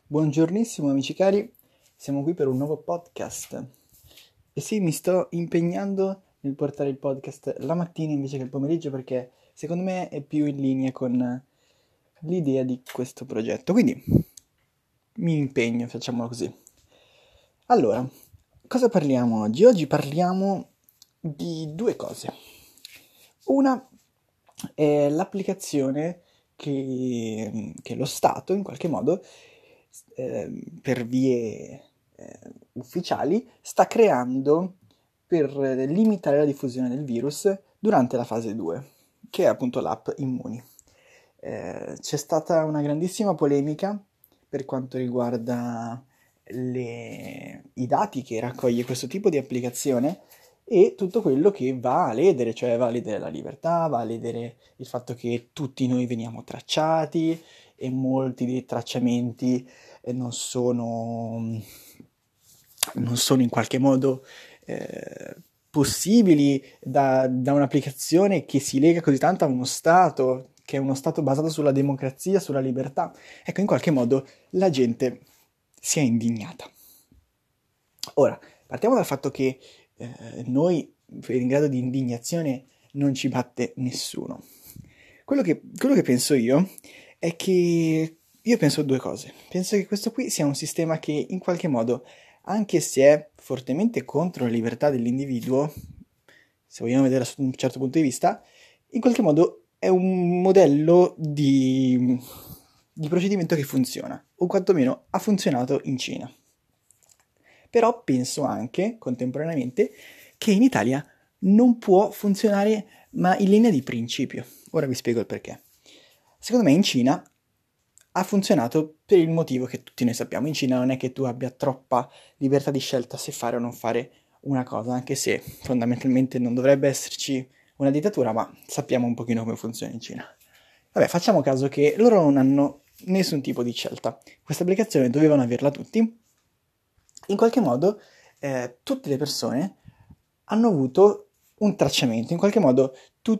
Buongiornissimo amici cari, siamo qui per un nuovo podcast. E sì, mi sto impegnando nel portare il podcast la mattina invece che il pomeriggio perché secondo me è più in linea con l'idea di questo progetto. Quindi mi impegno, facciamolo così. Allora, cosa parliamo oggi? Oggi parliamo di due cose. Una è l'applicazione che lo Stato in qualche modo per vie ufficiali sta creando per limitare la diffusione del virus durante la fase 2, che è appunto l'app Immuni. C'è stata una grandissima polemica per quanto riguarda i dati che raccoglie questo tipo di applicazione e tutto quello che va a ledere, cioè va a ledere la libertà, va a ledere il fatto che tutti noi veniamo tracciati e molti dei tracciamenti non sono in qualche modo possibili da un'applicazione che si lega così tanto a uno Stato, che è uno Stato basato sulla democrazia, sulla libertà. Ecco, in qualche modo la gente si è indignata. Ora, partiamo dal fatto che noi, in grado di indignazione, non ci batte nessuno. Quello che penso io è che io penso due cose. Penso che questo qui sia un sistema che in qualche modo, anche se è fortemente contro la libertà dell'individuo, se vogliamo vedere da un certo punto di vista, in qualche modo è un modello di procedimento che funziona, o quantomeno ha funzionato in Cina. Però penso anche, contemporaneamente, che in Italia non può funzionare ma in linea di principio. Ora vi spiego il perché. Secondo me in Cina ha funzionato per il motivo che tutti noi sappiamo. In Cina non è che tu abbia troppa libertà di scelta se fare o non fare una cosa, anche se fondamentalmente non dovrebbe esserci una dittatura, ma sappiamo un pochino come funziona in Cina. Vabbè, facciamo caso che loro non hanno nessun tipo di scelta. Questa applicazione dovevano averla tutti. In qualche modo tutte le persone hanno avuto un tracciamento, in qualche modo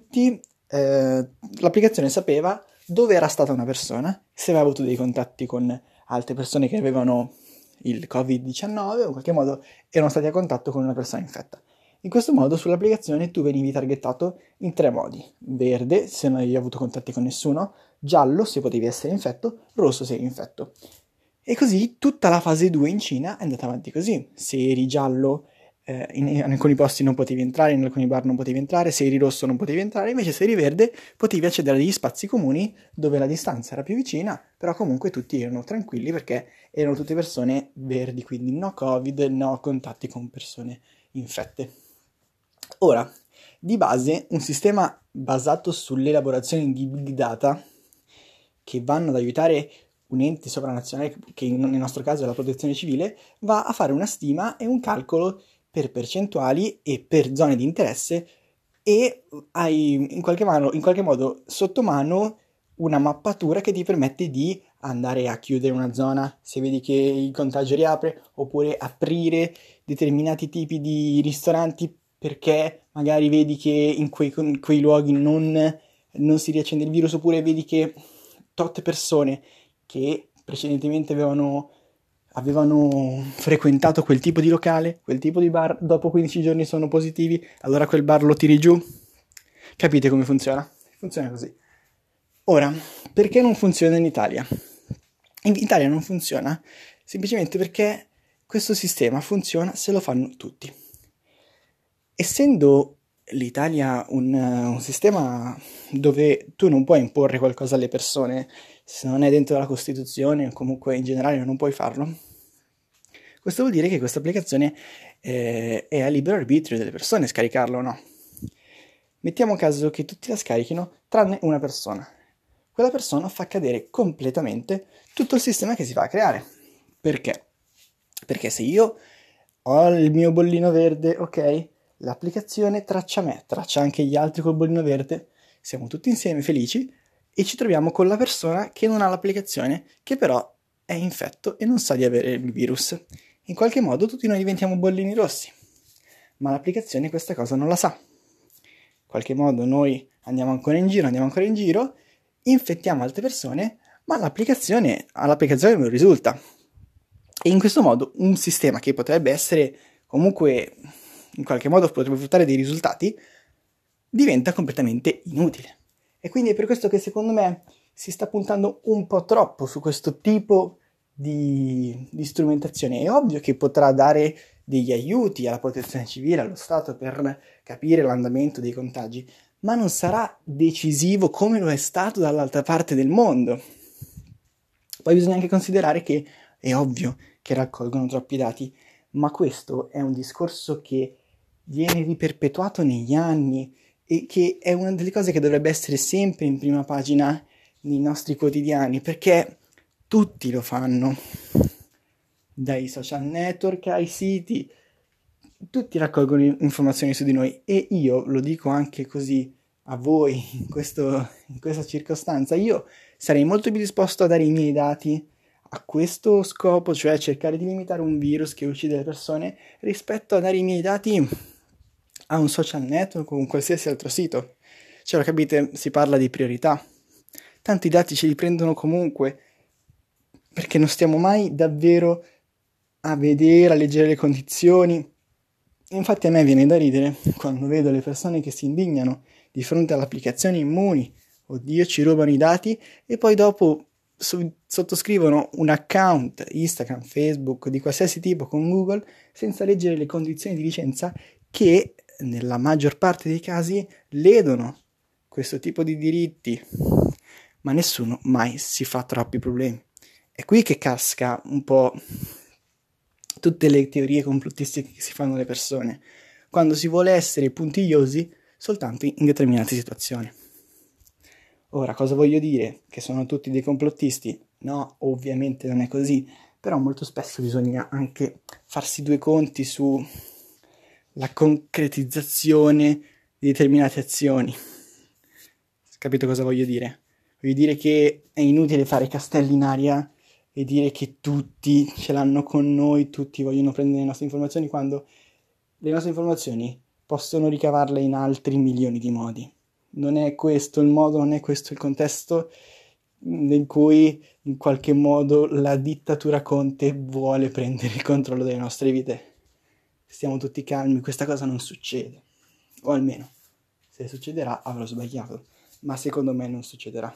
l'applicazione sapeva dove era stata una persona, se aveva avuto dei contatti con altre persone che avevano il Covid-19 o in qualche modo erano stati a contatto con una persona infetta. In questo modo sull'applicazione tu venivi targettato in tre modi: verde se non avevi avuto contatti con nessuno, giallo se potevi essere infetto, rosso se eri infetto. E così tutta la fase 2 in Cina è andata avanti così. Se eri giallo in alcuni posti non potevi entrare, in alcuni bar non potevi entrare, se eri rosso non potevi entrare, invece se eri verde potevi accedere a degli spazi comuni dove la distanza era più vicina, però comunque tutti erano tranquilli perché erano tutte persone verdi, quindi no Covid, no contatti con persone infette. Ora, di base, un sistema basato sull'elaborazione di big data che vanno ad aiutare un ente sovranazionale, che nel nostro caso è la protezione civile, va a fare una stima e un calcolo per percentuali e per zone di interesse e hai in qualche modo sotto mano una mappatura che ti permette di andare a chiudere una zona se vedi che il contagio riapre, oppure aprire determinati tipi di ristoranti perché magari vedi che in quei luoghi non si riaccende il virus, oppure vedi che tot persone che precedentemente avevano frequentato quel tipo di locale, quel tipo di bar, dopo 15 giorni sono positivi, allora quel bar lo tiri giù. Capite come funziona? Funziona così. Ora, perché non funziona in Italia? In Italia non funziona semplicemente perché questo sistema funziona se lo fanno tutti. Essendo l'Italia un sistema dove tu non puoi imporre qualcosa alle persone se non è dentro la Costituzione o comunque in generale non puoi farlo, questo vuol dire che questa applicazione è a libero arbitrio delle persone scaricarla o no. Mettiamo caso che tutti la scarichino tranne una persona. Quella persona fa cadere completamente tutto il sistema che si va a creare. Perché? Perché se io ho il mio bollino verde, ok, l'applicazione traccia me, traccia anche gli altri col bollino verde, siamo tutti insieme felici e ci troviamo con la persona che non ha l'applicazione, che però è infetto e non sa di avere il virus. In qualche modo tutti noi diventiamo bollini rossi, ma l'applicazione questa cosa non la sa. In qualche modo noi andiamo ancora in giro, infettiamo altre persone, ma all'applicazione non risulta. E in questo modo un sistema che potrebbe essere comunque in qualche modo potrebbe portare dei risultati diventa completamente inutile. E quindi è per questo che secondo me si sta puntando un po' troppo su questo tipo di strumentazione. È ovvio che potrà dare degli aiuti alla protezione civile, allo Stato per capire l'andamento dei contagi, ma non sarà decisivo come lo è stato dall'altra parte del mondo. Poi bisogna anche considerare che è ovvio che raccolgono troppi dati, ma questo è un discorso che viene riperpetuato negli anni e che è una delle cose che dovrebbe essere sempre in prima pagina nei nostri quotidiani, perché tutti lo fanno, dai social network ai siti, tutti raccolgono informazioni su di noi e io lo dico anche così a voi in questa circostanza, io sarei molto più disposto a dare i miei dati a questo scopo, cioè cercare di limitare un virus che uccide le persone, rispetto a dare i miei dati a un social network o un qualsiasi altro sito. Cioè, lo capite, si parla di priorità. Tanto i dati ce li prendono comunque, perché non stiamo mai davvero a vedere, a leggere le condizioni. Infatti a me viene da ridere quando vedo le persone che si indignano di fronte alle applicazioni Immuni, oddio ci rubano i dati, e poi dopo sottoscrivono un account Instagram, Facebook, di qualsiasi tipo con Google senza leggere le condizioni di licenza che nella maggior parte dei casi ledono questo tipo di diritti, ma nessuno mai si fa troppi problemi. È qui che casca un po' tutte le teorie complottistiche che si fanno le persone, quando si vuole essere puntigliosi soltanto in determinate situazioni. Ora, cosa voglio dire? Che sono tutti dei complottisti? No, ovviamente non è così, però molto spesso bisogna anche farsi due conti sulla concretizzazione di determinate azioni. Capito cosa voglio dire? Voglio dire che è inutile fare castelli in aria e dire che tutti ce l'hanno con noi, tutti vogliono prendere le nostre informazioni, quando le nostre informazioni possono ricavarle in altri milioni di modi. Non è questo il modo, non è questo il contesto in cui in qualche modo la dittatura Conte vuole prendere il controllo delle nostre vite. Stiamo tutti calmi, questa cosa non succede. O almeno, se succederà avrò sbagliato, ma secondo me non succederà.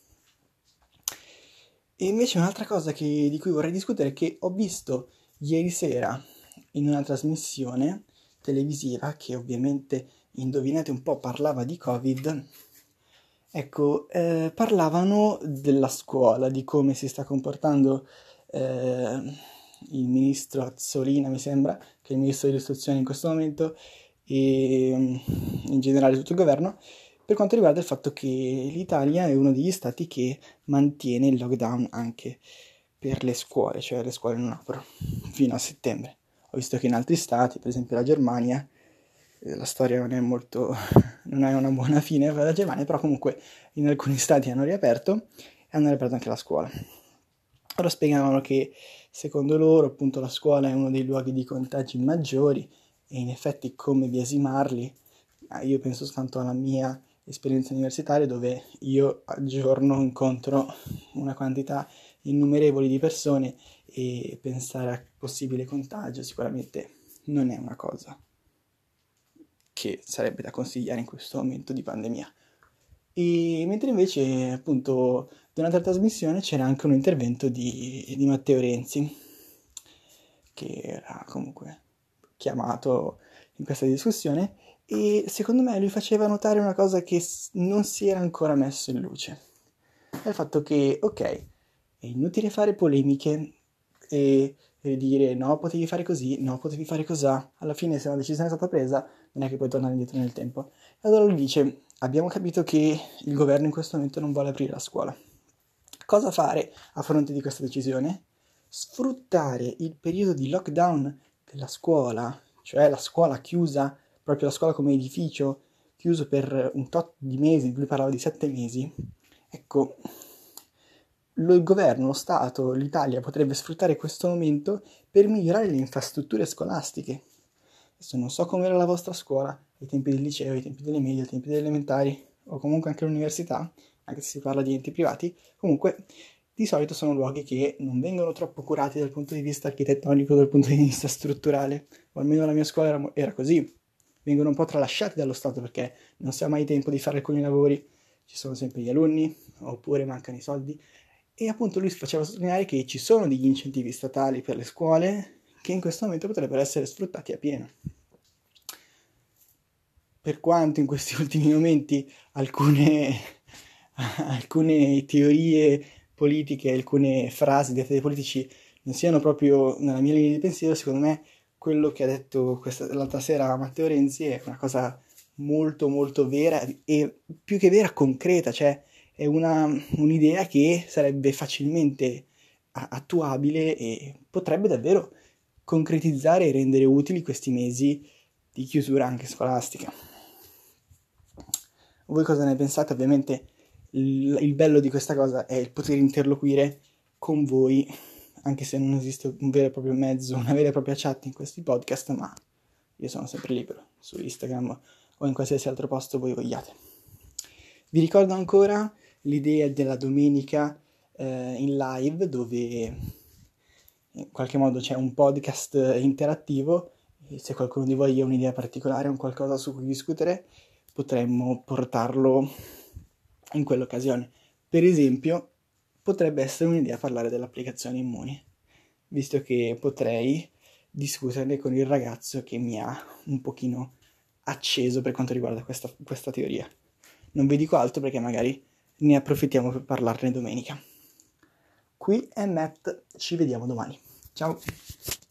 E invece un'altra cosa di cui vorrei discutere è che ho visto ieri sera in una trasmissione televisiva che ovviamente, indovinate un po', parlava di Covid. Ecco, parlavano della scuola, di come si sta comportando il ministro Azzolina, mi sembra, che è il ministro dell'istruzione in questo momento, e in generale tutto il governo, per quanto riguarda il fatto che l'Italia è uno degli stati che mantiene il lockdown anche per le scuole, cioè le scuole non aprono fino a settembre. Ho visto che in altri stati, per esempio la Germania, la storia non è una buona fine per la Germania, però comunque in alcuni stati hanno riaperto e hanno riaperto anche la scuola. Ora spiegavano che secondo loro appunto la scuola è uno dei luoghi di contagi maggiori e in effetti come biasimarli. Io penso soltanto alla mia esperienza universitaria, dove io al giorno incontro una quantità innumerevoli di persone e pensare a possibile contagio sicuramente non è una cosa che sarebbe da consigliare in questo momento di pandemia. E mentre invece appunto durante la trasmissione c'era anche un intervento di Matteo Renzi, che era comunque chiamato in questa discussione, e secondo me lui faceva notare una cosa che non si era ancora messo in luce. È il fatto che, ok, è inutile fare polemiche e dire no, potevi fare così, no, potevi fare cosà. Alla fine se una decisione è stata presa non è che puoi tornare indietro nel tempo. E allora lui dice, abbiamo capito che il governo in questo momento non vuole aprire la scuola. Cosa fare a fronte di questa decisione? Sfruttare il periodo di lockdown della scuola, cioè la scuola chiusa, proprio la scuola come edificio, chiuso per un tot di mesi, lui parlava di 7 mesi. Ecco, il governo, lo Stato, l'Italia potrebbe sfruttare questo momento per migliorare le infrastrutture scolastiche. Adesso non so com'era la vostra scuola, ai tempi del liceo, ai tempi delle medie, ai tempi delle elementari, o comunque anche all'università, anche se si parla di enti privati. Comunque, di solito sono luoghi che non vengono troppo curati dal punto di vista architettonico, dal punto di vista strutturale, o almeno la mia scuola era così. Vengono un po' tralasciati dallo Stato perché non si ha mai tempo di fare alcuni lavori, ci sono sempre gli alunni, oppure mancano i soldi. E appunto lui faceva sottolineare che ci sono degli incentivi statali per le scuole che in questo momento potrebbero essere sfruttati a pieno. Per quanto in questi ultimi momenti alcune teorie politiche, alcune frasi dette dai politici non siano proprio nella mia linea di pensiero, secondo me quello che ha detto l'altra sera Matteo Renzi è una cosa molto molto vera e più che vera concreta, cioè è un'idea che sarebbe facilmente attuabile e potrebbe davvero concretizzare e rendere utili questi mesi di chiusura anche scolastica. Voi cosa ne pensate? Ovviamente il bello di questa cosa è il poter interloquire con voi, anche se non esiste un vero e proprio mezzo, una vera e propria chat in questi podcast, ma io sono sempre libero su Instagram o in qualsiasi altro posto voi vogliate. Vi ricordo ancora l'idea della domenica in live, dove in qualche modo c'è un podcast interattivo e se qualcuno di voi ha un'idea particolare, un qualcosa su cui discutere, potremmo portarlo in quell'occasione. Per esempio, potrebbe essere un'idea parlare dell'applicazione Immuni, visto che potrei discuterne con il ragazzo che mi ha un pochino acceso per quanto riguarda questa teoria. Non vi dico altro perché magari ne approfittiamo per parlarne domenica. Qui è Matt, ci vediamo domani. Ciao!